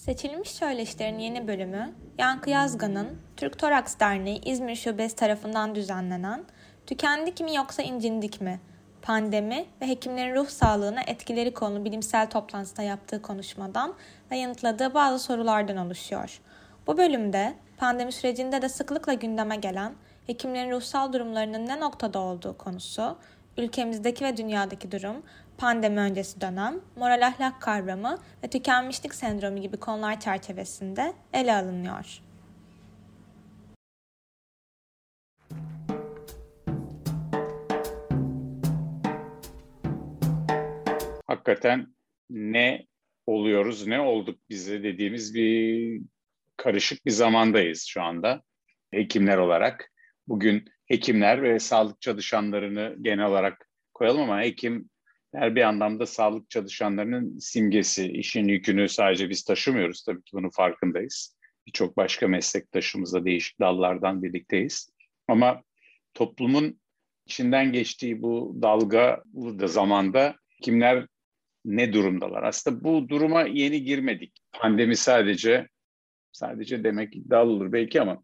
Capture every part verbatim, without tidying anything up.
Seçilmiş Söyleşilerin yeni bölümü, Yankı Yazgan'ın Türk Toraks Derneği İzmir Şubesi tarafından düzenlenen "Tükendik mi yoksa incindik mi? Pandemi ve hekimlerin ruh sağlığına etkileri" konulu bilimsel toplantısında yaptığı konuşmadan ve yanıtladığı bazı sorulardan oluşuyor. Bu bölümde pandemi sürecinde de sıklıkla gündeme gelen hekimlerin ruhsal durumlarının ne noktada olduğu konusu, ülkemizdeki ve dünyadaki durum, pandemi öncesi dönem, moral ahlak kavramı ve tükenmişlik sendromu gibi konular çerçevesinde ele alınıyor. Hakikaten ne oluyoruz, ne olduk bize dediğimiz bir karışık bir zamandayız şu anda hekimler olarak. Bugün hekimler ve sağlık çalışanlarını genel olarak koyalım ama hekimler bir anlamda sağlık çalışanlarının simgesi. İşin yükünü sadece biz taşımıyoruz, tabii ki bunun farkındayız. Birçok başka meslektaşımızla değişik dallardan birlikteyiz. Ama toplumun içinden geçtiği bu dalgalı da zamanda hekimler ne durumdalar? Aslında bu duruma yeni girmedik. Pandemi sadece, sadece demek iddialı olur belki ama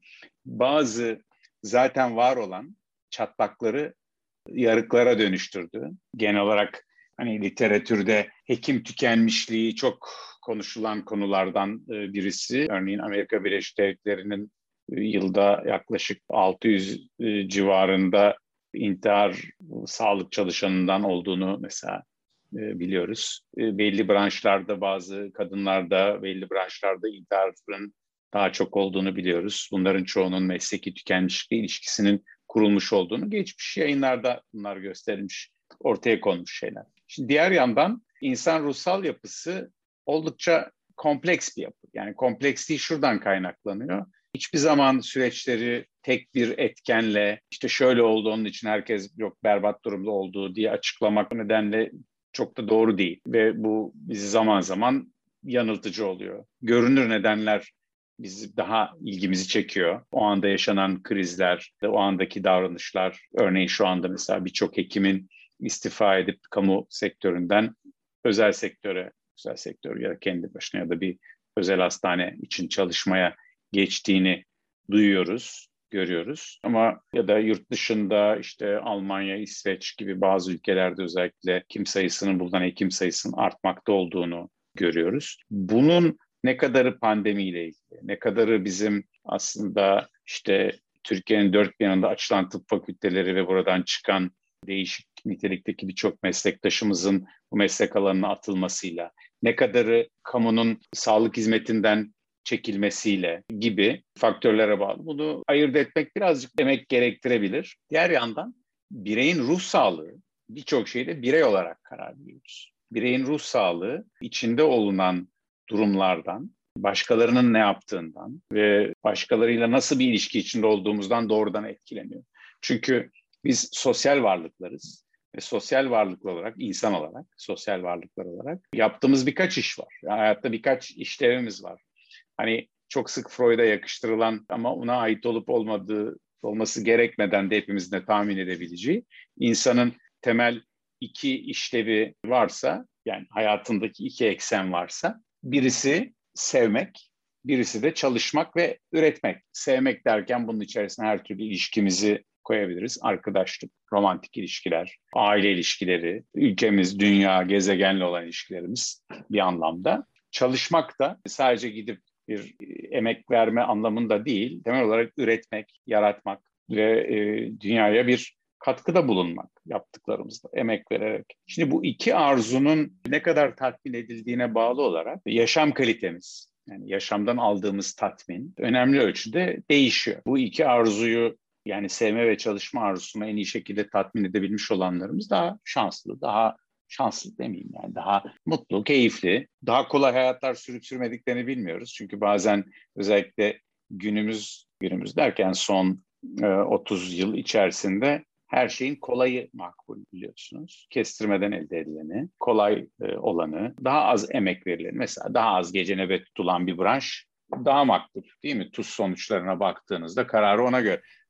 bazı zaten var olan çatlakları yarıklara dönüştürdü. Genel olarak hani literatürde hekim tükenmişliği çok konuşulan konulardan birisi. Örneğin Amerika Birleşik Devletleri'nin yılda yaklaşık altı yüz civarında intihar sağlık çalışanından olduğunu mesela biliyoruz. Belli branşlarda, bazı kadınlarda, belli branşlarda intiharın daha çok olduğunu biliyoruz. Bunların çoğunun mesleki tükenmişlikle ilişkisinin kurulmuş olduğunu geçmiş yayınlarda bunlar gösterilmiş, ortaya konmuş şeyler. Şimdi diğer yandan insan ruhsal yapısı oldukça kompleks bir yapı. Yani kompleksliği şuradan kaynaklanıyor. Hiçbir zaman süreçleri tek bir etkenle işte şöyle oldu onun için herkes yok berbat durumda olduğu diye açıklamak nedenle çok da doğru değil. Ve bu bizi zaman zaman yanıltıcı oluyor. Görünür nedenler bizi daha ilgimizi çekiyor. O anda yaşanan krizler, o andaki davranışlar. Örneğin şu anda mesela birçok hekimin istifa edip kamu sektöründen özel sektöre, özel sektör ya da kendi başına ya da bir özel hastane için çalışmaya geçtiğini duyuyoruz, görüyoruz. Ama ya da yurt dışında işte Almanya, İsveç gibi bazı ülkelerde özellikle hekim sayısının, bulunan hekim sayısının artmakta olduğunu görüyoruz. Bunun ne kadarı pandemiyle ilgili, ne kadarı bizim aslında işte Türkiye'nin dört bir yanında açılan tıp fakülteleri ve buradan çıkan değişik nitelikteki birçok meslektaşımızın bu meslek alanına atılmasıyla, ne kadarı kamunun sağlık hizmetinden çekilmesiyle gibi faktörlere bağlı. Bunu ayırt etmek birazcık emek gerektirebilir. Diğer yandan bireyin ruh sağlığı, birçok şeyde birey olarak karar veriyoruz. Bireyin ruh sağlığı içinde olunan durumlardan, başkalarının ne yaptığından ve başkalarıyla nasıl bir ilişki içinde olduğumuzdan doğrudan etkileniyor. Çünkü biz sosyal varlıklarız ve sosyal varlıklar olarak, insan olarak, sosyal varlıklar olarak yaptığımız birkaç iş var. Yani hayatta birkaç işlevimiz var. Hani çok sık Freud'a yakıştırılan ama ona ait olup olmadığı, olması gerekmeden de hepimizin de tahmin edebileceği insanın temel iki işlevi varsa, yani hayatındaki iki eksen varsa, birisi sevmek, birisi de çalışmak ve üretmek. Sevmek derken bunun içerisine her türlü ilişkimizi koyabiliriz. Arkadaşlık, romantik ilişkiler, aile ilişkileri, ülkemiz, dünya, gezegenle olan ilişkilerimiz bir anlamda. Çalışmak da sadece gidip bir emek verme anlamında değil, temel olarak üretmek, yaratmak ve e, dünyaya bir katkıda bulunmak yaptıklarımızda, emek vererek. Şimdi bu iki arzunun ne kadar tatmin edildiğine bağlı olarak yaşam kalitemiz, yani yaşamdan aldığımız tatmin önemli ölçüde değişiyor. Bu iki arzuyu, yani sevme ve çalışma arzusunu en iyi şekilde tatmin edebilmiş olanlarımız daha şanslı, daha şanslı demeyeyim yani daha mutlu, keyifli, daha kolay hayatlar sürüp sürmediklerini bilmiyoruz. Çünkü bazen özellikle günümüz, günümüz derken son e, otuz yıl içerisinde her şeyin kolayı makbul biliyorsunuz. Kestirmeden elde edileni, kolay e, olanı, daha az emek verileni. Mesela daha az gece nöbet tutulan bir branş daha makbul değil mi? Tuz sonuçlarına baktığınızda kararı ona göre.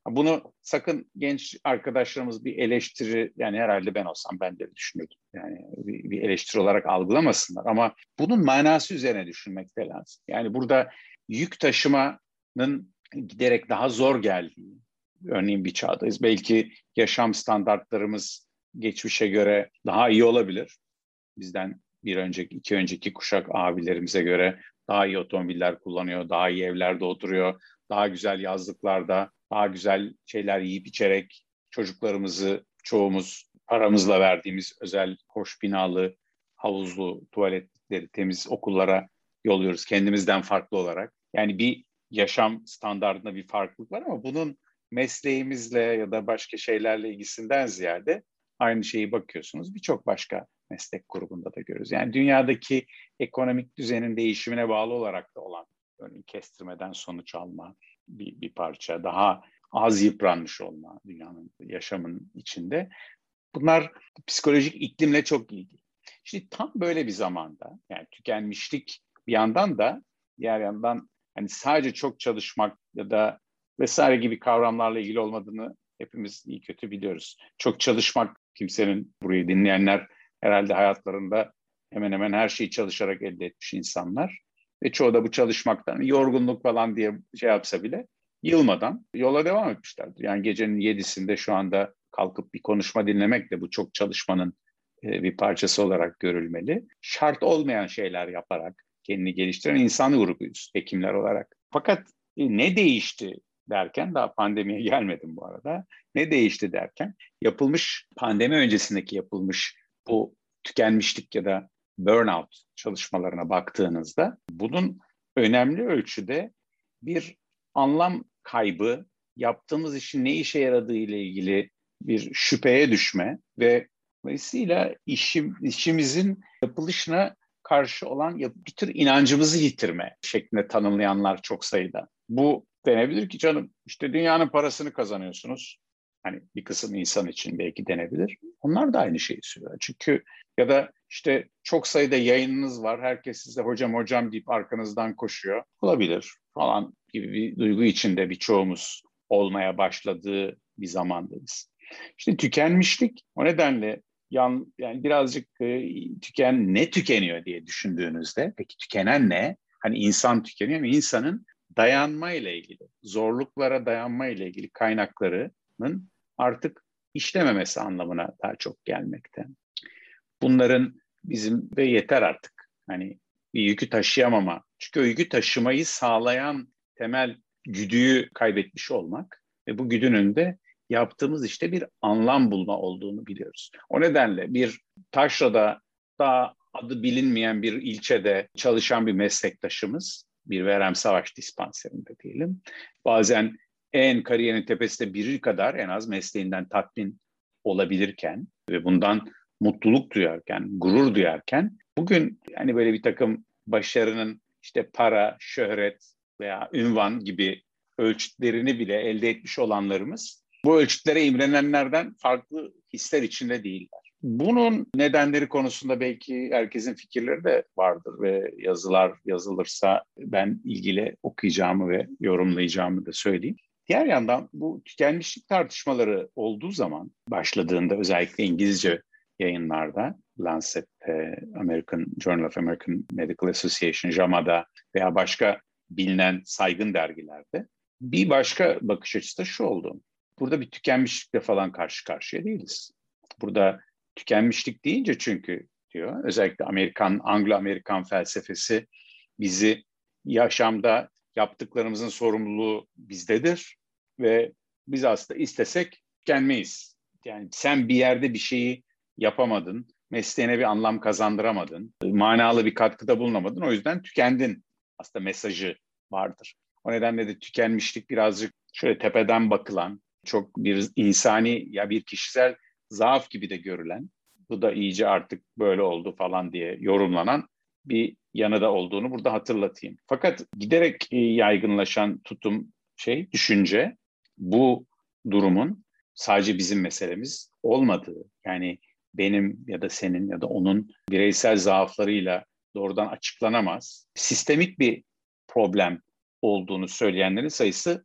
Bunu sakın genç arkadaşlarımız bir eleştiri, yani herhalde ben olsam ben de düşünürdüm. Yani bir, bir eleştiri olarak algılamasınlar ama bunun manası üzerine düşünmek de lazım. Yani burada yük taşımanın giderek daha zor geldiği, örneğin bir çağdayız. Belki yaşam standartlarımız geçmişe göre daha iyi olabilir. Bizden bir önceki, iki önceki kuşak abilerimize göre daha iyi otomobiller kullanıyor, daha iyi evlerde oturuyor, daha güzel yazlıklarda, daha güzel şeyler yiyip içerek çocuklarımızı çoğumuz paramızla verdiğimiz özel hoş binalı, havuzlu, tuvaletleri temiz okullara yolluyoruz kendimizden farklı olarak. Yani bir yaşam standartında bir farklılık var ama bunun mesleğimizle ya da başka şeylerle ilgisinden ziyade aynı şeyi bakıyorsunuz birçok başka meslek grubunda da görüyoruz. Yani dünyadaki ekonomik düzenin değişimine bağlı olarak da olan, örneğin kestirmeden sonuç alma bir, bir parça, daha az yıpranmış olma dünyanın, yaşamın içinde. Bunlar psikolojik iklimle çok ilgili. Şimdi tam böyle bir zamanda, yani tükenmişlik bir yandan da diğer yandan hani sadece çok çalışmak ya da vesaire gibi kavramlarla ilgili olmadığını hepimiz iyi kötü biliyoruz. Çok çalışmak, kimsenin, burayı dinleyenler herhalde hayatlarında hemen hemen her şeyi çalışarak elde etmiş insanlar. Ve çoğu da bu çalışmaktan yorgunluk falan diye şey yapsa bile yılmadan yola devam etmişlerdir. Yani gecenin yedisinde şu anda kalkıp bir konuşma dinlemek de bu çok çalışmanın bir parçası olarak görülmeli. Şart olmayan şeyler yaparak kendini geliştiren insan grubuyuz hekimler olarak. Fakat ne değişti derken, daha pandemiye gelmedim bu arada. Ne değişti derken, yapılmış pandemi öncesindeki yapılmış bu tükenmişlik ya da burnout çalışmalarına baktığınızda bunun önemli ölçüde bir anlam kaybı, yaptığımız işin ne işe yaradığı ile ilgili bir şüpheye düşme ve dolayısıyla işim, işimizin yapılışına karşı olan bir tür inancımızı yitirme şeklinde tanımlayanlar çok sayıda. Bu denebilir ki canım işte dünyanın parasını kazanıyorsunuz. Hani bir kısım insan için belki denebilir. Onlar da aynı şeyi söylüyor. Çünkü ya da işte çok sayıda yayınınız var. Herkes size hocam hocam deyip arkanızdan koşuyor. Olabilir falan gibi bir duygu içinde birçoğumuz olmaya başladığı bir zamandayız. İşte tükenmişlik o nedenle yan, yani birazcık e, tüken ne tükeniyor diye düşündüğünüzde peki tükenen ne? Hani insan tükeniyor mu? İnsanın dayanma ile ilgili, zorluklara dayanma ile ilgili kaynaklarının artık işlememesi anlamına daha çok gelmekte. Bunların bizim de yeter artık. Hani bir yükü taşıyamama. Çünkü o yükü taşımayı sağlayan temel güdüyü kaybetmiş olmak ve bu güdünün de yaptığımız işte bir anlam bulma olduğunu biliyoruz. O nedenle bir taşrada daha adı bilinmeyen bir ilçede çalışan bir meslektaşımız, bir Verem Savaş dispanserinde diyelim, bazen en kariyerin tepesinde biri kadar en az mesleğinden tatmin olabilirken ve bundan mutluluk duyarken, gurur duyarken bugün yani böyle bir takım başarının işte para, şöhret veya ünvan gibi ölçütlerini bile elde etmiş olanlarımız bu ölçütlere imrenenlerden farklı hisler içinde değiller. Bunun nedenleri konusunda belki herkesin fikirleri de vardır ve yazılar yazılırsa ben ilgili okuyacağımı ve yorumlayacağımı da söyleyeyim. Diğer yandan bu tükenmişlik tartışmaları olduğu zaman başladığında özellikle İngilizce yayınlarda Lancet'te, American Journal of American Medical Association, JAMA'da veya başka bilinen saygın dergilerde bir başka bakış açısı da şu oldu. Burada bir tükenmişlikle falan karşı karşıya değiliz. Burada tükenmişlik deyince çünkü diyor özellikle Amerikan, Anglo-Amerikan felsefesi bizi yaşamda yaptıklarımızın sorumluluğu bizdedir ve biz aslında istesek tükenmeyiz. Yani sen bir yerde bir şeyi yapamadın, mesleğine bir anlam kazandıramadın, manalı bir katkıda bulunamadın, o yüzden tükendin aslında mesajı vardır. O nedenle de tükenmişlik birazcık şöyle tepeden bakılan, çok bir insani ya bir kişisel zaaf gibi de görülen, bu da iyice artık böyle oldu falan diye yorumlanan bir yanı da olduğunu burada hatırlatayım. Fakat giderek yaygınlaşan tutum, şey, düşünce bu durumun sadece bizim meselemiz olmadığı, yani benim ya da senin ya da onun bireysel zaaflarıyla doğrudan açıklanamaz, sistemik bir problem olduğunu söyleyenlerin sayısı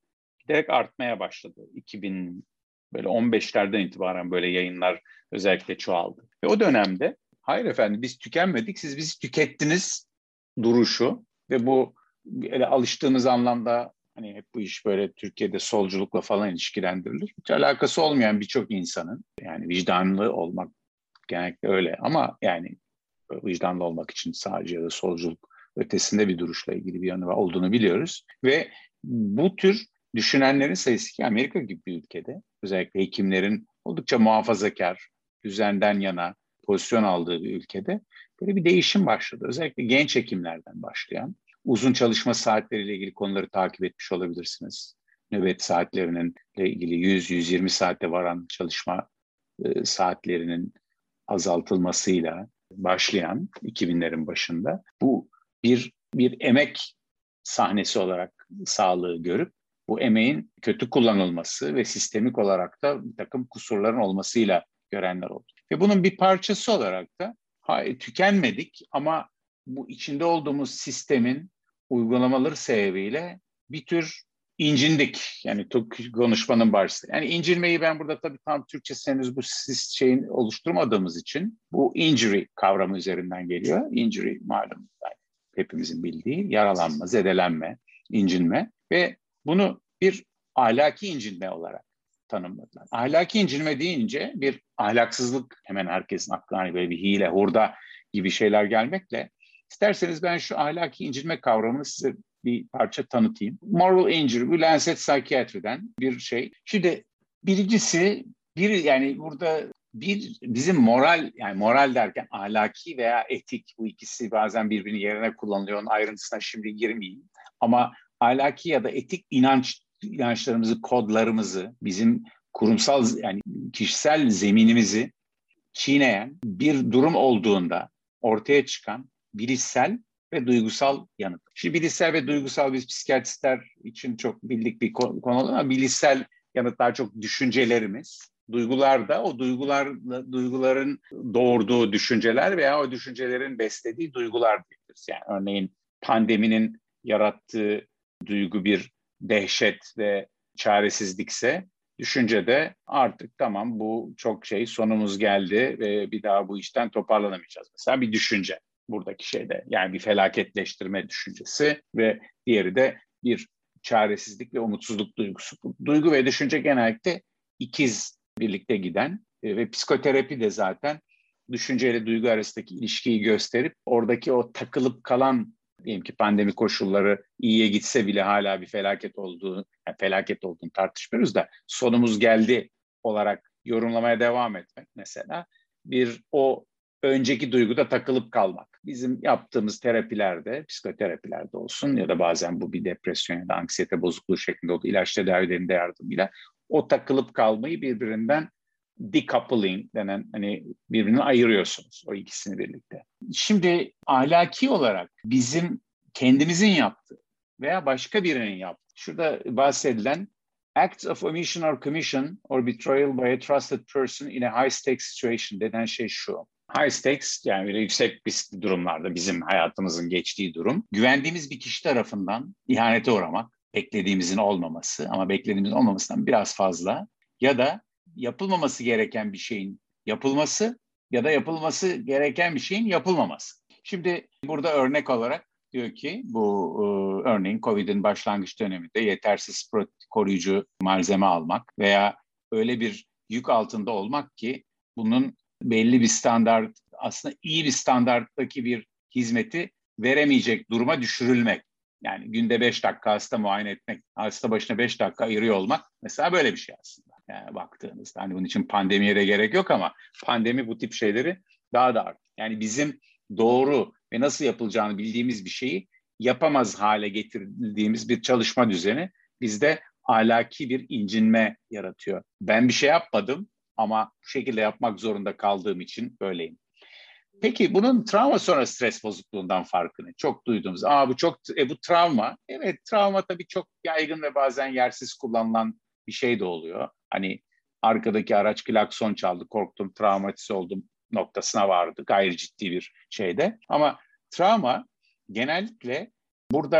giderek artmaya başladı. iki bin böyle on beşlerden itibaren böyle yayınlar özellikle çoğaldı. Ve o dönemde hayır efendim biz tükenmedik, siz bizi tükettiniz duruşu ve bu öyle alıştığımız anlamda hani hep bu iş böyle Türkiye'de solculukla falan ilişkilendirilir. Hiç alakası olmayan birçok insanın yani vicdanlı olmak genellikle öyle ama yani vicdanlı olmak için sadece ya da solculuk ötesinde bir duruşla ilgili bir yanı olduğunu biliyoruz. Ve bu tür düşünenlerin sayısı ki Amerika gibi bir ülkede özellikle hekimlerin oldukça muhafazakar, düzenden yana pozisyon aldığı bir ülkede böyle bir değişim başladı. Özellikle genç hekimlerden başlayan uzun çalışma saatleriyle ilgili konuları takip etmiş olabilirsiniz. Nöbet saatlerinin ile ilgili yüz yüz yirmi saate varan çalışma e, saatlerinin azaltılmasıyla başlayan iki binlerin başında bu bir bir emek sahnesi olarak sağlığı görüp bu emeğin kötü kullanılması ve sistemik olarak da bir takım kusurların olmasıyla görenler oldu. Ve bunun bir parçası olarak da hayır, tükenmedik ama bu içinde olduğumuz sistemin uygulamaları sebebiyle bir tür incindik. Yani konuşmanın başlığı. Yani incinmeyi ben burada tabii tam Türkçe henüz bu şeyin oluşturmadığımız için bu injury kavramı üzerinden geliyor. Injury malum yani hepimizin bildiği yaralanma, zedelenme, incinme ve bunu bir ahlaki incinme olarak tanımladılar. Ahlaki incinme deyince bir ahlaksızlık hemen herkesin aklına hani böyle bir hile, hurda gibi şeyler gelmekle isterseniz ben şu ahlaki incinme kavramını size bir parça tanıtayım. Moral injury, bu Lancet Psychiatry'den bir şey. Şimdi birincisi bir yani burada bir bizim moral yani moral derken ahlaki veya etik bu ikisi bazen birbirinin yerine kullanılıyor. Onun ayrıntısına şimdi girmeyeyim. Ama ahlaki ya da etik inanç inançlarımızı, kodlarımızı, bizim kurumsal yani kişisel zeminimizi çiğneyen bir durum olduğunda ortaya çıkan bilişsel ve duygusal yanıt. Şimdi bilişsel ve duygusal biz psikiyatristler için çok bildik bir konu ama bilişsel yanıtlar çok düşüncelerimiz. Duygular da o duygular, duyguların doğurduğu düşünceler veya o düşüncelerin beslediği duygular diyoruz. Yani örneğin pandeminin yarattığı duygu bir dehşet ve çaresizlikse düşünce de artık tamam bu çok şey sonumuz geldi ve bir daha bu işten toparlanamayacağız. Mesela bir düşünce buradaki şeyde yani bir felaketleştirme düşüncesi ve diğeri de bir çaresizlik ve umutsuzluk duygusu. Duygu ve düşünce genellikle ikiz birlikte giden ve psikoterapi de zaten düşünceyle duygu arasındaki ilişkiyi gösterip oradaki o takılıp kalan diyelim ki pandemi koşulları iyiye gitse bile hala bir felaket olduğu, yani felaket olduğunu tartışmıyoruz da sonumuz geldi olarak yorumlamaya devam etmek mesela bir o önceki duyguda takılıp kalmak. Bizim yaptığımız terapilerde, psikoterapilerde olsun ya da bazen bu bir depresyon ya da anksiyete bozukluğu şeklinde olduğu ilaç tedavilerinde yardımıyla o takılıp kalmayı birbirinden decoupling denen hani birbirinden ayırıyorsunuz o ikisini birlikte. Şimdi ahlaki olarak bizim kendimizin yaptığı veya başka birinin yaptığı, şurada bahsedilen acts of omission or commission or betrayal by a trusted person in a high stakes situation denen şey şu. High stakes yani böyle yüksek riskli durumlarda bizim hayatımızın geçtiği durum. Güvendiğimiz bir kişi tarafından ihanete uğramak, beklediğimizin olmaması ama beklediğimizin olmamasından biraz fazla ya da yapılmaması gereken bir şeyin yapılması ya da yapılması gereken bir şeyin yapılmaması. Şimdi burada örnek olarak diyor ki bu e, örneğin COVID'in başlangıç döneminde yetersiz koruyucu malzeme almak veya öyle bir yük altında olmak ki bunun belli bir standart aslında iyi bir standarttaki bir hizmeti veremeyecek duruma düşürülmek. Yani günde beş dakika hasta muayene etmek, hasta başına beş dakika ayırıyor olmak mesela böyle bir şey aslında. Yani baktığınızda hani bunun için pandemiye de gerek yok ama pandemi bu tip şeyleri daha da arttı. Yani bizim doğru ve nasıl yapılacağını bildiğimiz bir şeyi yapamaz hale getirdiğimiz bir çalışma düzeni bizde ahlaki bir incinme yaratıyor. Ben bir şey yapmadım ama bu şekilde yapmak zorunda kaldığım için böyleyim. Peki bunun travma sonra stres bozukluğundan farkı ne? Çok duyduğumuz, aa bu çok, e, bu travma. Evet, travma tabii çok yaygın ve bazen yersiz kullanılan bir şey de oluyor. Hani arkadaki araç klakson çaldı, korktum, travmatize oldum noktasına vardı. Gayri ciddi bir şeyde. Ama travma genellikle burada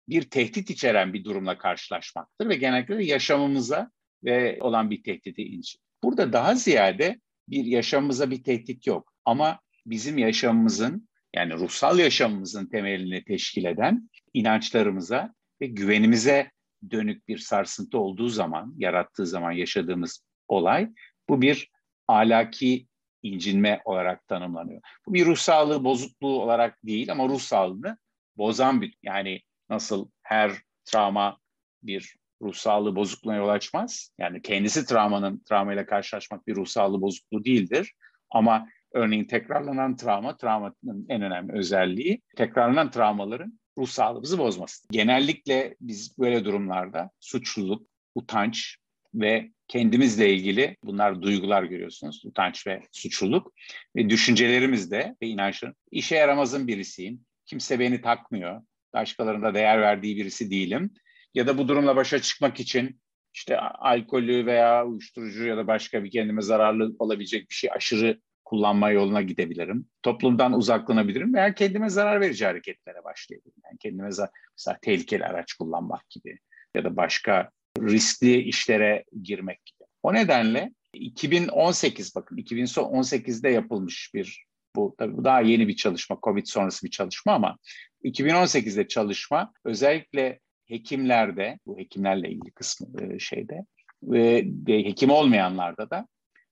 bir tehdit içeren bir durumla karşılaşmaktır ve genellikle de yaşamımıza ve olan bir tehdidi incir. Burada daha ziyade bir yaşamımıza bir tehdit yok ama bizim yaşamımızın, yani ruhsal yaşamımızın temelini teşkil eden inançlarımıza ve güvenimize dönük bir sarsıntı olduğu zaman, yarattığı zaman yaşadığımız olay, bu bir ahlaki incinme olarak tanımlanıyor. Bu bir ruh sağlığı bozukluğu olarak değil ama ruh sağlığını bozan bir, yani nasıl her travma bir ruh sağlığı bozukluğuna yol açmaz. Yani kendisi travmanın, travmayla karşılaşmak bir ruh sağlığı bozukluğu değildir. Ama örneğin tekrarlanan travma, travmanın en önemli özelliği tekrarlanan travmaların ruh sağlığımızı bozması. Genellikle biz böyle durumlarda suçluluk, utanç ve kendimizle ilgili bunlar duygular görüyorsunuz. Utanç ve suçluluk ve düşüncelerimizde ve inançlarım. İşe yaramazın birisiyim. Kimse beni takmıyor. Başkalarında değer verdiği birisi değilim. Ya da bu durumla başa çıkmak için işte alkolü veya uyuşturucu ya da başka bir kendime zararlı olabilecek bir şey aşırı kullanma yoluna gidebilirim. Toplumdan uzaklanabilirim veya kendime zarar verici hareketlere başlayabilirim. Yani kendime zarar, mesela tehlikeli araç kullanmak gibi ya da başka riskli işlere girmek gibi. O nedenle iki bin on sekiz, bakın iki bin on sekizde yapılmış bir, bu tabii bu daha yeni bir çalışma, Covid sonrası bir çalışma ama iki bin on sekizde çalışma özellikle hekimlerde, bu hekimlerle ilgili kısmı şeyde ve hekim olmayanlarda da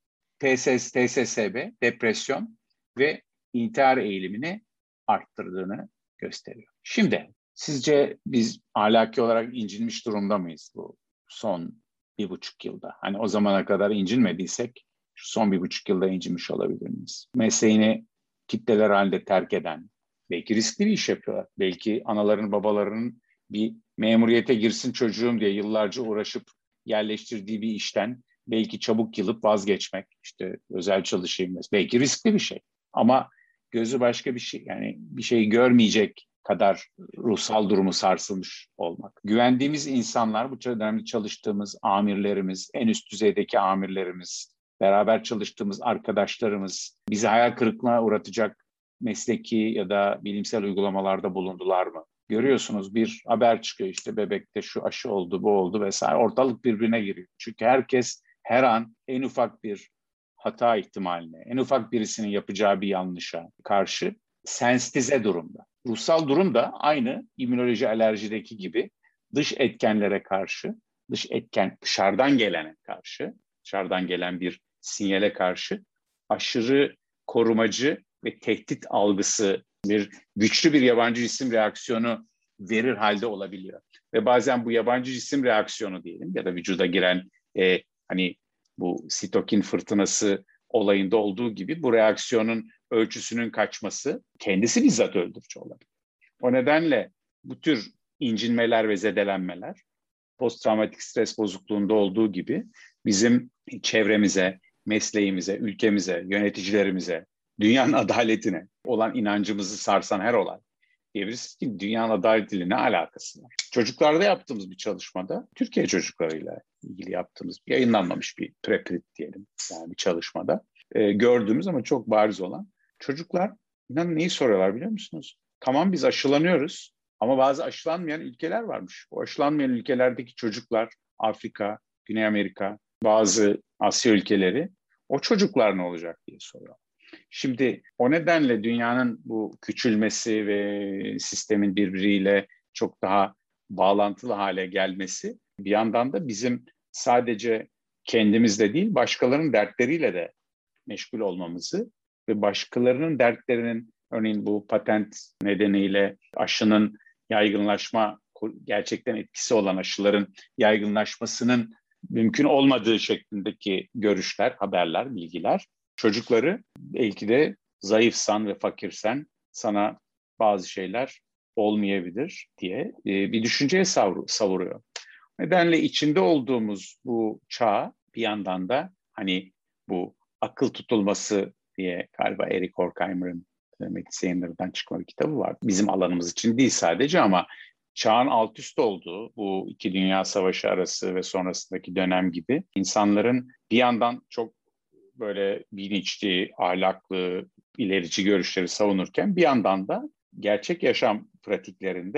T S S, T S S B, depresyon ve intihar eğilimini arttırdığını gösteriyor. Şimdi sizce biz ahlaki olarak incinmiş durumda mıyız bu son bir buçuk yılda? Hani o zamana kadar incinmediysek şu son bir buçuk yılda incinmiş olabilir miyiz? Mesleğini kitleler halinde terk eden, belki riskli bir iş yapıyorlar. Belki anaların babalarının bir memuriyete girsin çocuğum diye yıllarca uğraşıp yerleştirdiği bir işten belki çabuk yılıp vazgeçmek, işte özel çalışayım mesela. Belki riskli bir şey ama gözü başka bir şey, yani bir şey görmeyecek kadar ruhsal durumu sarsılmış olmak. Güvendiğimiz insanlar, bu dönemde çalıştığımız amirlerimiz, en üst düzeydeki amirlerimiz, beraber çalıştığımız arkadaşlarımız bizi hayal kırıklığına uğratacak mesleki ya da bilimsel uygulamalarda bulundular mı? Görüyorsunuz bir haber çıkıyor, işte bebekte şu aşı oldu, bu oldu vesaire. Ortalık birbirine giriyor. Çünkü herkes her an en ufak bir hata ihtimaline, en ufak birisinin yapacağı bir yanlışa karşı sensitize durumda. Ruhsal durum da aynı immünoloji alerjideki gibi dış etkenlere karşı, dış etken dışarıdan gelene karşı, dışarıdan gelen bir sinyale karşı aşırı korumacı ve tehdit algısı, bir güçlü bir yabancı cisim reaksiyonu verir halde olabiliyor. Ve bazen bu yabancı cisim reaksiyonu diyelim ya da vücuda giren e, hani bu sitokin fırtınası olayında olduğu gibi bu reaksiyonun ölçüsünün kaçması kendisi bizzat öldürücü olabilir. O nedenle bu tür incinmeler ve zedelenmeler post-travmatik stres bozukluğunda olduğu gibi bizim çevremize, mesleğimize, ülkemize, yöneticilerimize, dünyanın adaletine olan inancımızı sarsan her olay. Diyebiliriz ki dünyanın adaletiyle ne alakası var? Çocuklarda yaptığımız bir çalışmada, Türkiye çocuklarıyla ilgili yaptığımız, yayınlanmamış bir preprint diyelim, yani bir çalışmada e, gördüğümüz ama çok bariz olan, çocuklar inanın neyi soruyorlar biliyor musunuz? Tamam biz aşılanıyoruz ama bazı aşılanmayan ülkeler varmış. O aşılanmayan ülkelerdeki çocuklar, Afrika, Güney Amerika, bazı Asya ülkeleri, o çocuklar ne olacak diye soruyor. Şimdi o nedenle dünyanın bu küçülmesi ve sistemin birbiriyle çok daha bağlantılı hale gelmesi bir yandan da bizim sadece kendimizle değil başkalarının dertleriyle de meşgul olmamızı ve başkalarının dertlerinin, örneğin bu patent nedeniyle aşının yaygınlaşma, gerçekten etkisi olan aşıların yaygınlaşmasının mümkün olmadığı şeklindeki görüşler, haberler, bilgiler çocukları belki de zayıfsan ve fakirsen sana bazı şeyler olmayabilir diye bir düşünceye savuruyor. Nedenle içinde olduğumuz bu çağ bir yandan da hani bu akıl tutulması diye galiba Eric Horkheimer'ın Metis Yayınları'ndan çıkma bir kitabı var. Bizim alanımız için değil sadece ama çağın alt üst olduğu bu iki dünya savaşı arası ve sonrasındaki dönem gibi insanların bir yandan çok böyle bilinçli, ahlaklı, ilerici görüşleri savunurken bir yandan da gerçek yaşam pratiklerinde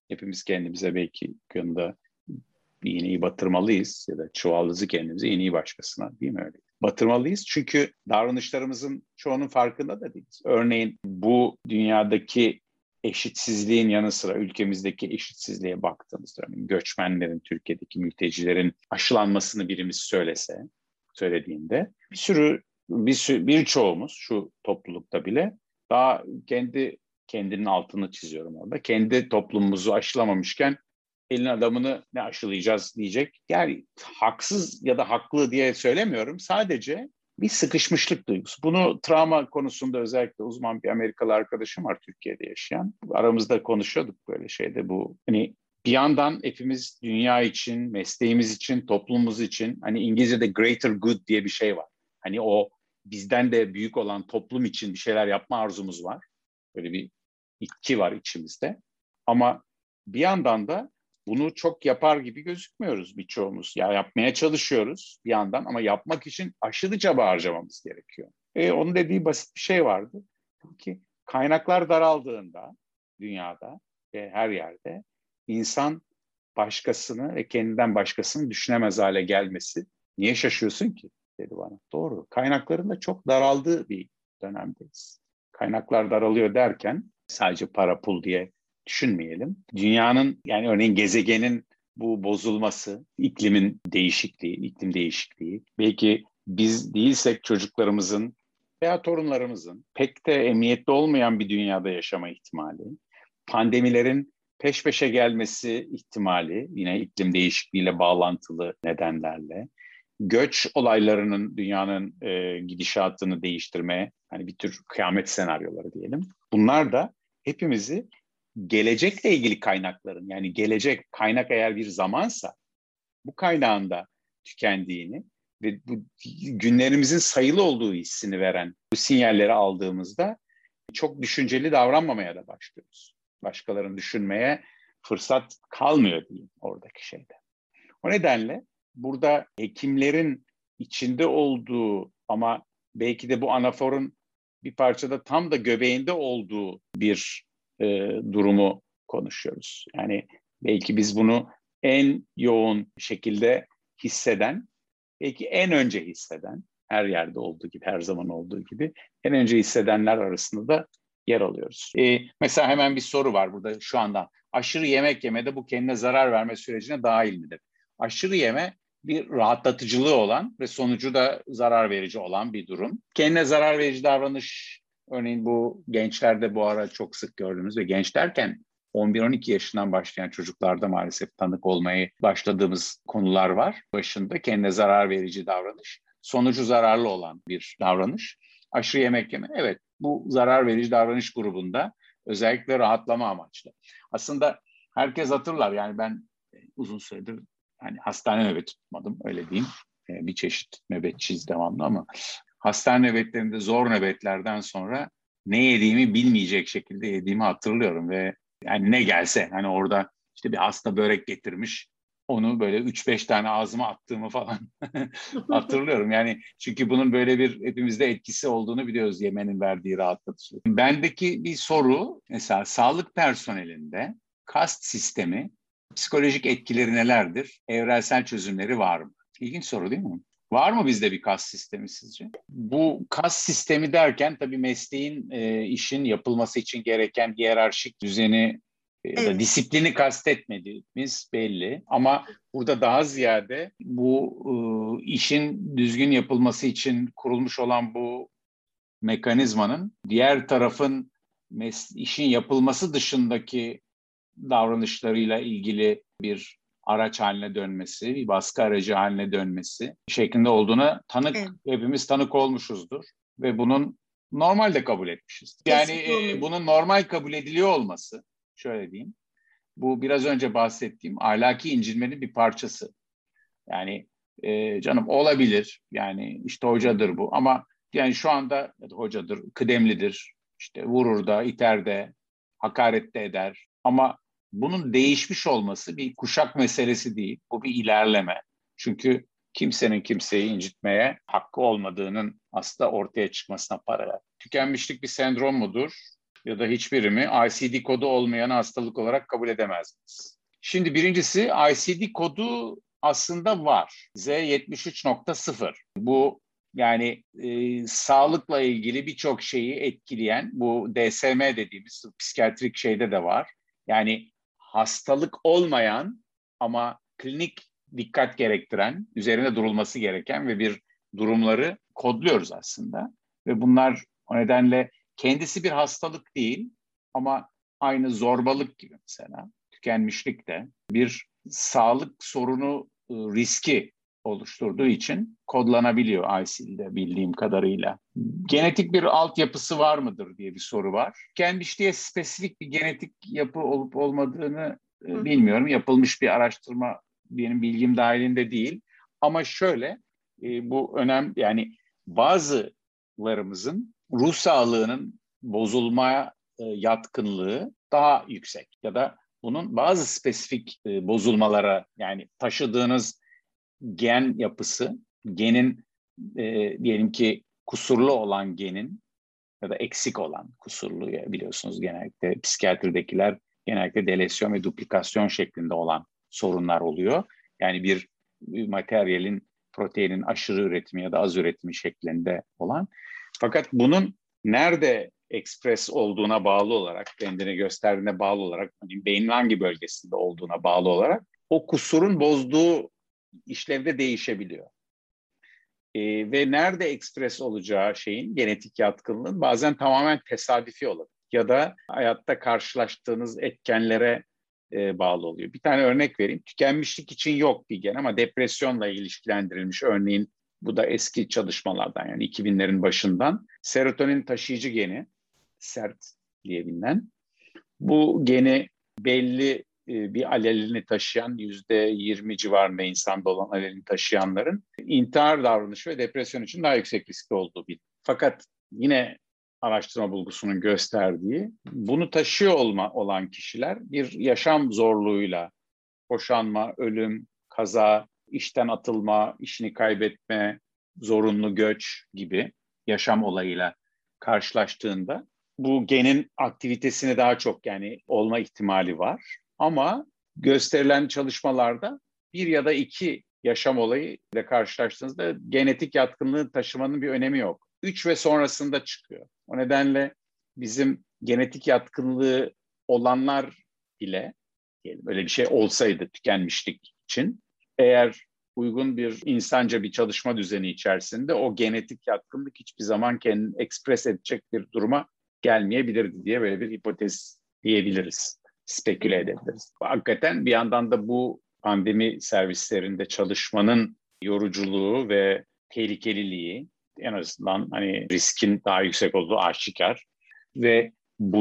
hepimiz kendimize belki konuda bir iğneyi batırmalıyız ya da çuvaldızı kendimize, iğneyi başkasına, değil mi öyle? Batırmalıyız çünkü davranışlarımızın çoğunun farkında da değiliz. Örneğin bu dünyadaki eşitsizliğin yanı sıra ülkemizdeki eşitsizliğe baktığımızda, örneğin göçmenlerin, Türkiye'deki mültecilerin aşılanmasını birimiz söylese, söylediğinde bir sürü, bir sürü birçoğumuz şu toplulukta bile daha kendi kendinin altını çiziyorum orada. Kendi toplumumuzu aşılamamışken elin adamını ne aşılayacağız diyecek. Yani haksız ya da haklı diye söylemiyorum. Sadece bir sıkışmışlık duygusu. Bunu travma konusunda özellikle uzman bir Amerikalı arkadaşım var Türkiye'de yaşayan. Aramızda konuşuyorduk böyle şeyde bu. Hani bir yandan hepimiz dünya için, mesleğimiz için, toplumumuz için, hani İngilizce'de greater good diye bir şey var. Hani o bizden de büyük olan toplum için bir şeyler yapma arzumuz var. Böyle bir itki var içimizde. Ama bir yandan da bunu çok yapar gibi gözükmüyoruz birçoğumuz. Ya yapmaya çalışıyoruz bir yandan ama yapmak için aşırı çaba harcamamız gerekiyor. E, onun dediği basit bir şey vardı. Ki kaynaklar daraldığında dünyada ve her yerde insan başkasını ve kendinden başkasını düşünemez hale gelmesi. Niye şaşıyorsun ki? Dedi bana. Doğru. Kaynakların da çok daraldığı bir dönemdeyiz. Kaynaklar daralıyor derken sadece para pul diye düşünmeyelim. Dünyanın, yani örneğin gezegenin bu bozulması, iklimin değişikliği, iklim değişikliği, belki biz değilsek çocuklarımızın veya torunlarımızın pek de emniyetli olmayan bir dünyada yaşama ihtimali, pandemilerin peş peşe gelmesi ihtimali, yine iklim değişikliğiyle bağlantılı nedenlerle, göç olaylarının dünyanın e, gidişatını değiştirmeye, hani bir tür kıyamet senaryoları diyelim. Bunlar da hepimizi gelecekle ilgili kaynakların, yani gelecek kaynak eğer bir zamansa, bu kaynağın da tükendiğini ve bu günlerimizin sayılı olduğu hissini veren bu sinyalleri aldığımızda çok düşünceli davranmamaya da başlıyoruz. Başkalarını düşünmeye fırsat kalmıyor diyeyim oradaki şeyde. O nedenle burada hekimlerin içinde olduğu ama belki de bu anaforun bir parçada tam da göbeğinde olduğu bir e, durumu konuşuyoruz. Yani belki biz bunu en yoğun şekilde hisseden, belki en önce hisseden, her yerde olduğu gibi, her zaman olduğu gibi en önce hissedenler arasında da yer alıyoruz. E, mesela hemen bir soru var burada şu anda. Aşırı yemek yemede bu kendine zarar verme sürecine dahil midir? Aşırı yeme bir rahatlatıcılığı olan ve sonucu da zarar verici olan bir durum. Kendine zarar verici davranış, örneğin bu gençlerde bu ara çok sık gördüğümüz ve genç derken on bir on iki yaşından başlayan çocuklarda maalesef tanık olmaya başladığımız konular var. Başında kendine zarar verici davranış, sonucu zararlı olan bir davranış. Aşırı yemek yeme, evet, bu zarar verici davranış grubunda özellikle rahatlama amaçlı. Aslında herkes hatırlar, yani ben uzun süredir yani hastane nöbeti tutmadım, öyle diyeyim. Bir çeşit nöbetçiyiz devamlı ama hastane nöbetlerinde, zor nöbetlerden sonra ne yediğimi bilmeyecek şekilde yediğimi hatırlıyorum ve yani ne gelse, hani orada işte bir hasta börek getirmiş, onu böyle üç beş tane ağzıma attığımı falan hatırlıyorum. Yani çünkü bunun böyle bir hepimizde etkisi olduğunu biliyoruz, yemenin verdiği rahatlatıcı. Bendeki bir soru, mesela sağlık personelinde kast sistemi, psikolojik etkileri nelerdir? Evrensel çözümleri var mı? İlginç soru değil mi? Var mı bizde bir kas sistemi sizce? Bu kas sistemi derken tabii mesleğin, e, işin yapılması için gereken hiyerarşik düzeni ya da Evet. disiplini kastetmediğimiz belli. Ama burada daha ziyade bu e, işin düzgün yapılması için kurulmuş olan bu mekanizmanın diğer tarafın mes- işin yapılması dışındaki davranışlarıyla ilgili bir araç haline dönmesi, bir baskı aracı haline dönmesi şeklinde olduğuna tanık, Evet. hepimiz tanık olmuşuzdur ve bunun normal de kabul etmişiz. Yani e, bunun normal kabul ediliyor olması, şöyle diyeyim, bu biraz önce bahsettiğim ahlaki incinmenin bir parçası. Yani e, canım olabilir, yani işte hocadır bu ama yani şu anda hocadır, kıdemlidir, işte vurur da, iter de, hakaret de eder ama bunun değişmiş olması bir kuşak meselesi değil. Bu bir ilerleme. Çünkü kimsenin kimseyi incitmeye hakkı olmadığının aslında ortaya çıkmasına paralel. Tükenmişlik bir sendrom mudur? ya da hiçbiri mi I C D kodu olmayan hastalık olarak kabul edemezsiniz? Şimdi birincisi I C D kodu aslında var. Z yetmiş üç nokta sıfır. Bu yani e, sağlıkla ilgili birçok şeyi etkileyen bu D S M dediğimiz psikiyatrik şeyde de var. Yani hastalık olmayan ama klinik dikkat gerektiren, üzerine durulması gereken ve bir durumları kodluyoruz aslında. Ve bunlar o nedenle kendisi bir hastalık değil ama aynı zorbalık gibi mesela tükenmişlik de bir sağlık sorunu riski oluşturduğu için kodlanabiliyor I C D'de bildiğim kadarıyla. Genetik bir altyapısı var mıdır diye bir soru var. Tükenmişliğe spesifik bir genetik yapı olup olmadığını e, bilmiyorum. Yapılmış bir araştırma benim bilgim dahilinde değil. Ama şöyle e, bu önemli, yani bazılarımızın ruh sağlığının bozulmaya e, yatkınlığı daha yüksek ya da bunun bazı spesifik e, bozulmalara, yani taşıdığınız gen yapısı, genin e, diyelim ki kusurlu olan genin ya da eksik olan kusurlu, ya biliyorsunuz genellikle psikiyatridekiler genellikle delesyon ve duplikasyon şeklinde olan sorunlar oluyor. Yani bir, bir materyalin, proteinin aşırı üretimi ya da az üretimi şeklinde olan. Fakat bunun nerede ekspres olduğuna bağlı olarak, kendini gösterdiğine bağlı olarak, hani beynin hangi bölgesinde olduğuna bağlı olarak o kusurun bozduğu işlevde değişebiliyor. Ee, ve nerede ekspres olacağı şeyin, genetik yatkınlığın bazen tamamen tesadüfi olabilir. Ya da hayatta karşılaştığınız etkenlere e, bağlı oluyor. Bir tane örnek vereyim. Tükenmişlik için yok bir gen ama depresyonla ilişkilendirilmiş, örneğin bu da eski çalışmalardan, yani iki binlerin başından, serotonin taşıyıcı geni, sert diye bilinen, bu geni belli bir alelini taşıyan, yüzde yirmi civarında insanda olan alelini taşıyanların intihar davranışı ve depresyon için daha yüksek riskli olduğu biliniyor. Fakat yine araştırma bulgusunun gösterdiği, bunu taşıyor olma, olan kişiler bir yaşam zorluğuyla, boşanma, ölüm, kaza, işten atılma, işini kaybetme, zorunlu göç gibi yaşam olayıyla karşılaştığında bu genin aktivitesini daha çok, yani olma ihtimali var. Ama gösterilen çalışmalarda bir ya da iki yaşam olayı ile karşılaştığınızda genetik yatkınlığı taşımanın bir önemi yok. Üç ve sonrasında çıkıyor. O nedenle bizim genetik yatkınlığı olanlar ile, diyelim öyle bir şey olsaydı tükenmişlik için, eğer uygun bir insanca bir çalışma düzeni içerisinde o genetik yatkınlık hiçbir zaman kendini ekspres edecek bir duruma gelmeyebilirdi diye böyle bir hipotez diyebiliriz, speküle edebiliriz. Hakikaten bir yandan da bu pandemi servislerinde çalışmanın yoruculuğu ve tehlikeliliği, en azından hani riskin daha yüksek olduğu aşikar ve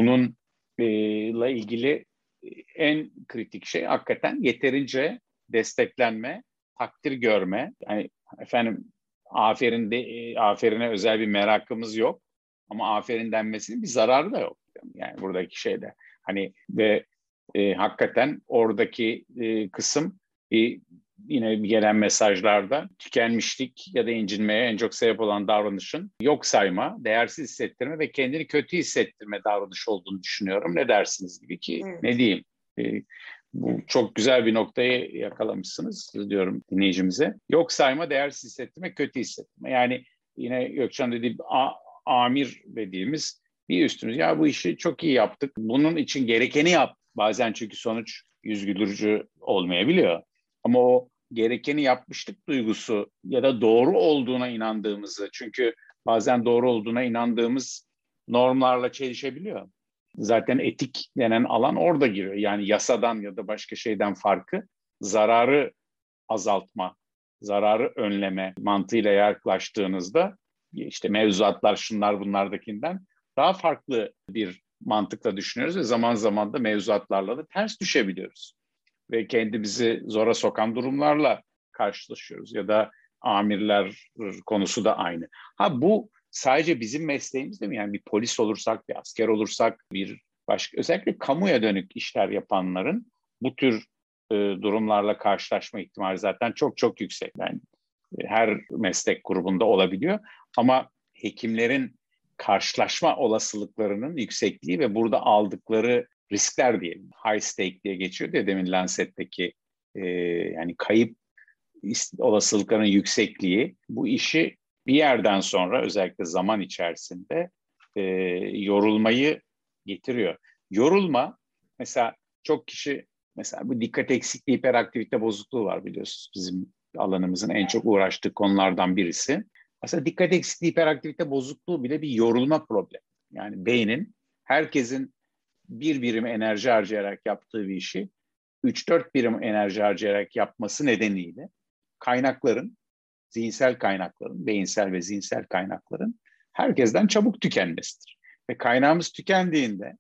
bununla ilgili en kritik şey hakikaten yeterince desteklenme, takdir görme. Yani efendim aferin de, aferine özel bir merakımız yok ama aferin denmesinin bir zararı da yok. Yani buradaki şeyde hani ve e, hakikaten oradaki e, kısım e, yine gelen mesajlarda tükenmişlik ya da incinmeye en çok sebep olan davranışın yok sayma, değersiz hissettirme ve kendini kötü hissettirme davranışı olduğunu düşünüyorum. Ne dersiniz gibi ki, evet. Ne diyeyim? E, bu çok güzel bir noktayı yakalamışsınız diyorum dinleyicimize. Yok sayma, değersiz hissettirme, kötü hissettirme. Yani yine Gökçen dediği a, amir dediğimiz bir üstümüz. Ya bu işi çok iyi yaptık. Bunun için gerekeni yap. Bazen çünkü sonuç yüz güldürücü olmayabiliyor. Ama o gerekeni yapmışlık duygusu ya da doğru olduğuna inandığımızı, çünkü bazen doğru olduğuna inandığımız normlarla çelişebiliyor. Zaten etik denen alan orada giriyor. Yani yasadan ya da başka şeyden farkı zararı azaltma, zararı önleme mantığıyla yaklaştığınızda işte mevzuatlar şunlar bunlardakinden daha farklı bir mantıkla düşünüyoruz ve zaman zaman da mevzuatlarla da ters düşebiliyoruz. Ve kendimizi zora sokan durumlarla karşılaşıyoruz. Ya da amirler konusu da aynı. Ha bu sadece bizim mesleğimiz değil mi? Yani bir polis olursak, bir asker olursak, bir başka, özellikle kamuya dönük işler yapanların bu tür e, durumlarla karşılaşma ihtimali zaten çok çok yüksek. Yani e, her meslek grubunda olabiliyor. Ama hekimlerin karşılaşma olasılıklarının yüksekliği ve burada aldıkları riskler diyelim. High stake diye geçiyor diye demin Lancet'teki e, yani kayıp olasılıkların yüksekliği bu işi bir yerden sonra özellikle zaman içerisinde e, yorulmayı getiriyor. Yorulma mesela çok kişi mesela bu dikkat eksikliği hiperaktivite bozukluğu var biliyorsunuz bizim alanımızın en çok uğraştığı konulardan birisi. Aslında dikkat eksikliği hiperaktivite bozukluğu bile bir yorulma problemi. Yani beynin herkesin bir birim enerji harcayarak yaptığı bir işi üç dört birim enerji harcayarak yapması nedeniyle kaynakların, zihinsel kaynakların, beyinsel ve zihinsel kaynakların herkesten çabuk tükenmesidir. Ve kaynağımız tükendiğinde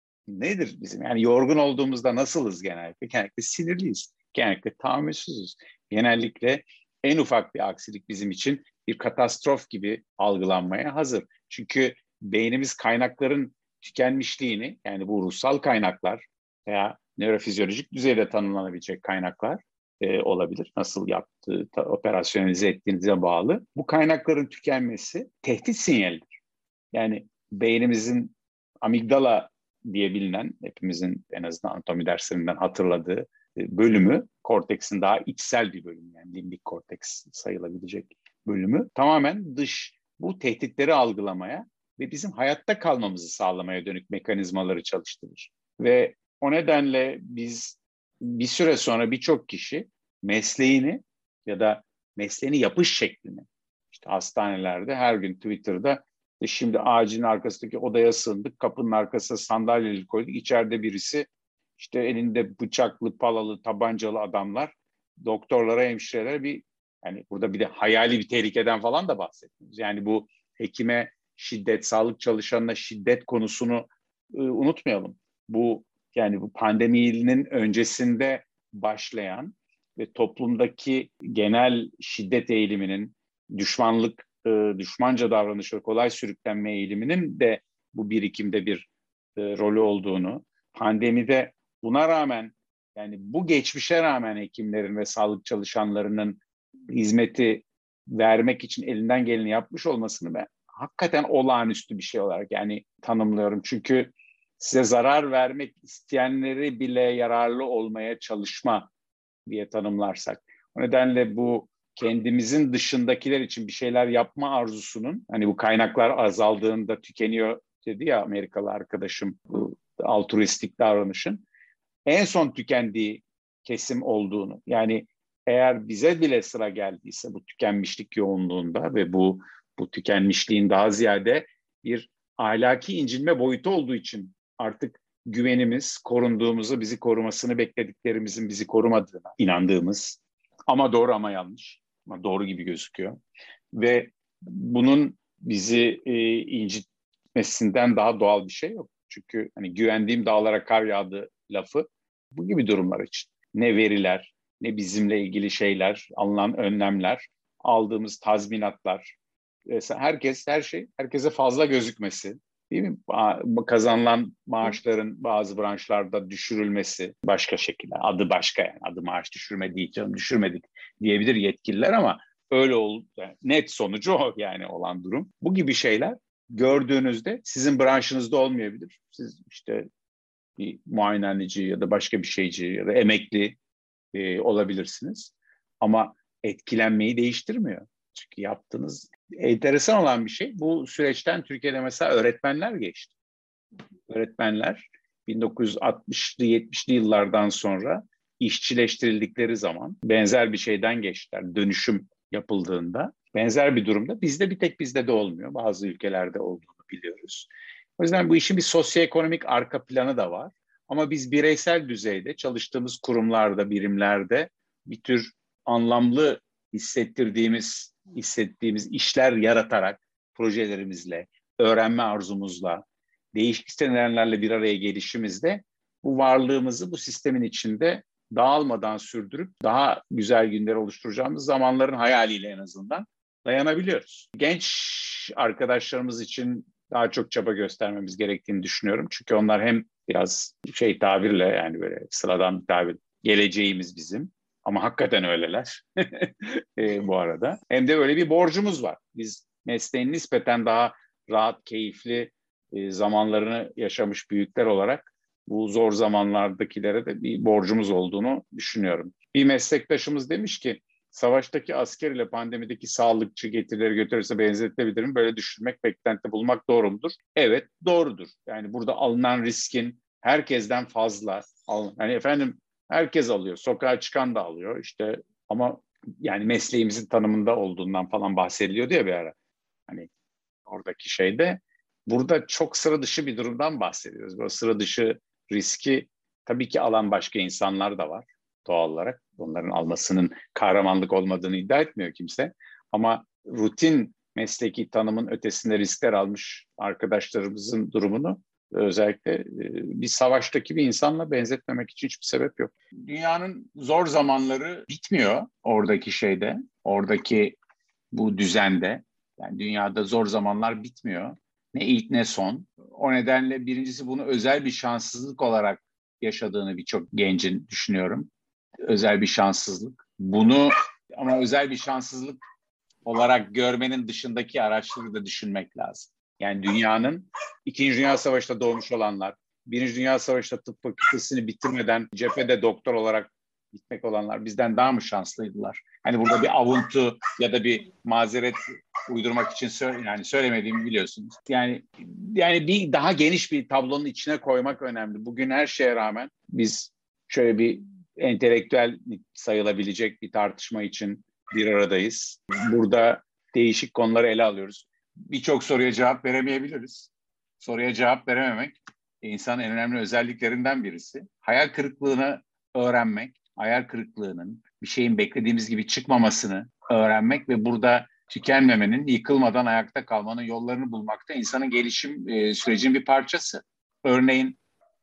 nedir bizim? Yani yorgun olduğumuzda nasılız genellikle? Genellikle sinirliyiz, genellikle tahammülsüzüz. Genellikle en ufak bir aksilik bizim için bir katastrof gibi algılanmaya hazır. Çünkü beynimiz kaynakların tükenmişliğini, yani bu ruhsal kaynaklar veya nörofizyolojik düzeyde tanımlanabilecek kaynaklar e, olabilir. Nasıl yaptığı, ta, operasyonelize ettiğinize bağlı. Bu kaynakların tükenmesi tehdit sinyalidir. Yani beynimizin amigdala diye bilinen, hepimizin en azından anatomi derslerinden hatırladığı bölümü, korteksin daha içsel bir bölüm, yani limbik korteks sayılabilecek bölümü tamamen dış bu tehditleri algılamaya ve bizim hayatta kalmamızı sağlamaya dönük mekanizmaları çalıştırır. Ve o nedenle biz bir süre sonra birçok kişi mesleğini ya da mesleğini yapış şeklini, işte hastanelerde her gün Twitter'da şimdi ağacın arkasındaki odaya sığındık, kapının arkasına sandalyeleri koyduk, içeride birisi işte elinde bıçaklı, palalı, tabancalı adamlar doktorlara, hemşirelere bir, yani burada bir de hayali bir tehlikeden falan da bahsetmiyoruz. Yani bu hekime şiddet, sağlık çalışanına şiddet konusunu e, unutmayalım. Bu yani bu pandeminin öncesinde başlayan ve toplumdaki genel şiddet eğiliminin, düşmanlık, e, düşmanca davranışları kolay sürüklenme eğiliminin de bu birikimde bir e, rolü olduğunu, pandemide buna rağmen, yani bu geçmişe rağmen hekimlerin ve sağlık çalışanlarının hizmeti vermek için elinden geleni yapmış olmasını ben hakikaten olağanüstü bir şey olarak yani tanımlıyorum. Çünkü size zarar vermek isteyenleri bile yararlı olmaya çalışma diye tanımlarsak. O nedenle bu kendimizin dışındakiler için bir şeyler yapma arzusunun, hani bu kaynaklar azaldığında tükeniyor dedi ya Amerikalı arkadaşım, bu altruistik davranışın en son tükendiği kesim olduğunu, yani eğer bize bile sıra geldiyse bu tükenmişlik yoğunluğunda ve bu bu tükenmişliğin daha ziyade bir ahlaki incinme boyutu olduğu için artık güvenimiz, korunduğumuzu, bizi korumasını beklediklerimizin bizi korumadığına inandığımız, ama doğru ama yanlış, ama doğru gibi gözüküyor ve bunun bizi e, incitmesinden daha doğal bir şey yok. Çünkü hani güvendiğim dağlara kar yağdı lafı bu gibi durumlar için. Ne veriler, ne bizimle ilgili şeyler, alınan önlemler, aldığımız tazminatlar, herkes, her şey, herkese fazla gözükmesi, değil mi? Kazanılan maaşların bazı branşlarda düşürülmesi başka şekilde, adı başka, yani adı maaş düşürme değil, canım düşürmedik diyebilir yetkililer ama öyle oldu. Yani net sonucu o yani olan durum. Bu gibi şeyler gördüğünüzde sizin branşınızda olmayabilir. Siz işte bir muayenehaneci ya da başka bir şeyci ya da emekli e, olabilirsiniz. Ama etkilenmeyi değiştirmiyor. Çünkü yaptığınız enteresan olan bir şey. Bu süreçten Türkiye'de mesela öğretmenler geçti. Öğretmenler bin dokuz yüz altmışlı yetmişli yıllardan sonra işçileştirildikleri zaman benzer bir şeyden geçtiler. Dönüşüm yapıldığında benzer bir durumda bizde, bir tek bizde de olmuyor. Bazı ülkelerde olduğunu biliyoruz. O yüzden bu işin bir sosyoekonomik arka planı da var. Ama biz bireysel düzeyde çalıştığımız kurumlarda, birimlerde bir tür anlamlı hissettirdiğimiz, hissettiğimiz işler yaratarak, projelerimizle, öğrenme arzumuzla, değişik nedenlerle bir araya gelişimizde bu varlığımızı bu sistemin içinde dağılmadan sürdürüp daha güzel günler oluşturacağımız zamanların hayaliyle en azından dayanabiliyoruz. Genç arkadaşlarımız için daha çok çaba göstermemiz gerektiğini düşünüyorum. Çünkü onlar hem biraz şey tabirle, yani böyle sıradan bir tabir, geleceğimiz bizim. Ama hakikaten öyleler e, bu arada. Hem de öyle bir borcumuz var. Biz mesleğin nispeten daha rahat, keyifli e, zamanlarını yaşamış büyükler olarak bu zor zamanlardakilere de bir borcumuz olduğunu düşünüyorum. Bir meslektaşımız demiş ki, savaştaki asker ile pandemideki sağlıkçı getirileri götürürse benzetilebilir mi? Böyle düşünmek, beklenti bulmak doğru mudur? Evet, doğrudur. Yani burada alınan riskin herkesten fazla. Yani efendim herkes alıyor, sokağa çıkan da alıyor işte, ama yani mesleğimizin tanımında olduğundan falan bahsediliyordu ya bir ara. Hani oradaki şeyde, burada çok sıra dışı bir durumdan bahsediyoruz. Bu sıra dışı riski tabii ki alan başka insanlar da var doğal olarak. Onların almasının kahramanlık olmadığını iddia etmiyor kimse. Ama rutin mesleki tanımın ötesinde riskler almış arkadaşlarımızın durumunu özellikle e, bir savaştaki bir insanla benzetmemek için hiçbir sebep yok. Dünyanın zor zamanları bitmiyor oradaki şeyde, oradaki bu düzende. Yani dünyada zor zamanlar bitmiyor. Ne ilk ne son. O nedenle birincisi bunu özel bir şanssızlık olarak yaşadığını birçok gencin düşünüyorum. Özel bir şanssızlık. Bunu ama özel bir şanssızlık olarak görmenin dışındaki araçları da düşünmek lazım. Yani dünyanın İkinci Dünya Savaşı'nda doğmuş olanlar, Birinci Dünya Savaşı'nda tıp fakültesini bitirmeden cephede doktor olarak gitmek olanlar bizden daha mı şanslıydılar? Hani burada bir avuntu ya da bir mazeret uydurmak için söyle, yani söylemediğimi biliyorsunuz. Yani yani bir daha geniş bir tablonun içine koymak önemli. Bugün her şeye rağmen biz şöyle bir entelektüel sayılabilecek bir tartışma için bir aradayız. Burada değişik konuları ele alıyoruz. Birçok soruya cevap veremeyebiliriz. Soruya cevap verememek insanın en önemli özelliklerinden birisi. Hayal kırıklığını öğrenmek, hayal kırıklığının bir şeyin beklediğimiz gibi çıkmamasını öğrenmek ve burada tükenmemenin, yıkılmadan ayakta kalmanın yollarını bulmakta insanın gelişim e, sürecinin bir parçası. Örneğin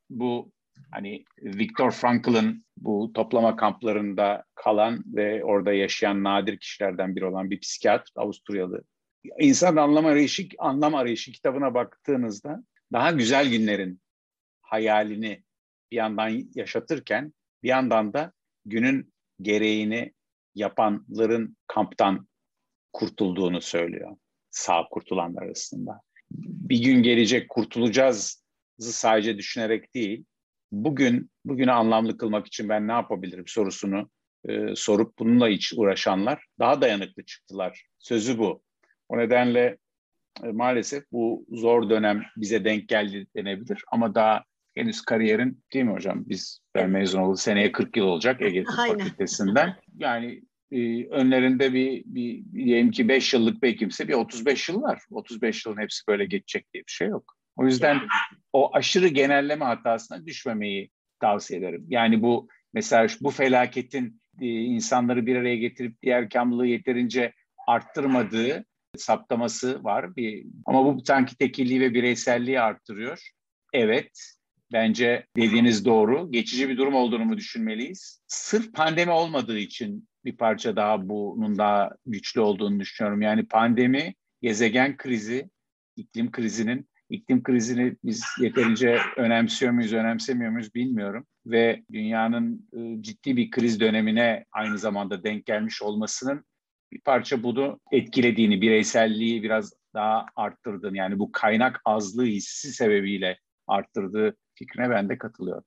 bu hani Viktor Frankl'ın bu toplama kamplarında kalan ve orada yaşayan nadir kişilerden biri olan bir psikiyatr, Avusturyalı. İnsan Anlam Arayışı, Anlam Arayışı kitabına baktığınızda daha güzel günlerin hayalini bir yandan yaşatırken bir yandan da günün gereğini yapanların kamptan kurtulduğunu söylüyor. Sağ kurtulanlar arasında. Bir gün gelecek kurtulacağız sadece düşünerek değil, bugün bugünü anlamlı kılmak için ben ne yapabilirim sorusunu e, sorup bununla hiç uğraşanlar daha dayanıklı çıktılar. Sözü bu. O nedenle e, maalesef bu zor dönem bize denk geldi denebilir ama daha henüz kariyerin, değil mi hocam? Biz ben mezun oldum, seneye kırk yıl olacak Ege Tıp Fakültesinden. Yani e, önlerinde bir, bir diyelim ki beş yıllık bir hekimse bir otuz beş yıl var. otuz beş yılın hepsi böyle geçecek diye bir şey yok. O yüzden o aşırı genelleme hatasına düşmemeyi tavsiye ederim. Yani bu mesela bu felaketin e, insanları bir araya getirip diğer kamlığı yeterince arttırmadığı saptaması var. Bir, ama bu sanki tekilliği ve bireyselliği arttırıyor. Evet, bence dediğiniz doğru. Geçici bir durum olduğunu mu düşünmeliyiz? Sırf pandemi olmadığı için bir parça daha bunun daha güçlü olduğunu düşünüyorum. Yani pandemi, gezegen krizi, iklim krizinin İklim krizini biz yeterince önemsiyor muyuz, önemsemiyor muyuz bilmiyorum. Ve dünyanın e, ciddi bir kriz dönemine aynı zamanda denk gelmiş olmasının bir parça bunu etkilediğini, bireyselliği biraz daha arttırdığını, yani bu kaynak azlığı hissi sebebiyle arttırdığı fikrine ben de katılıyorum.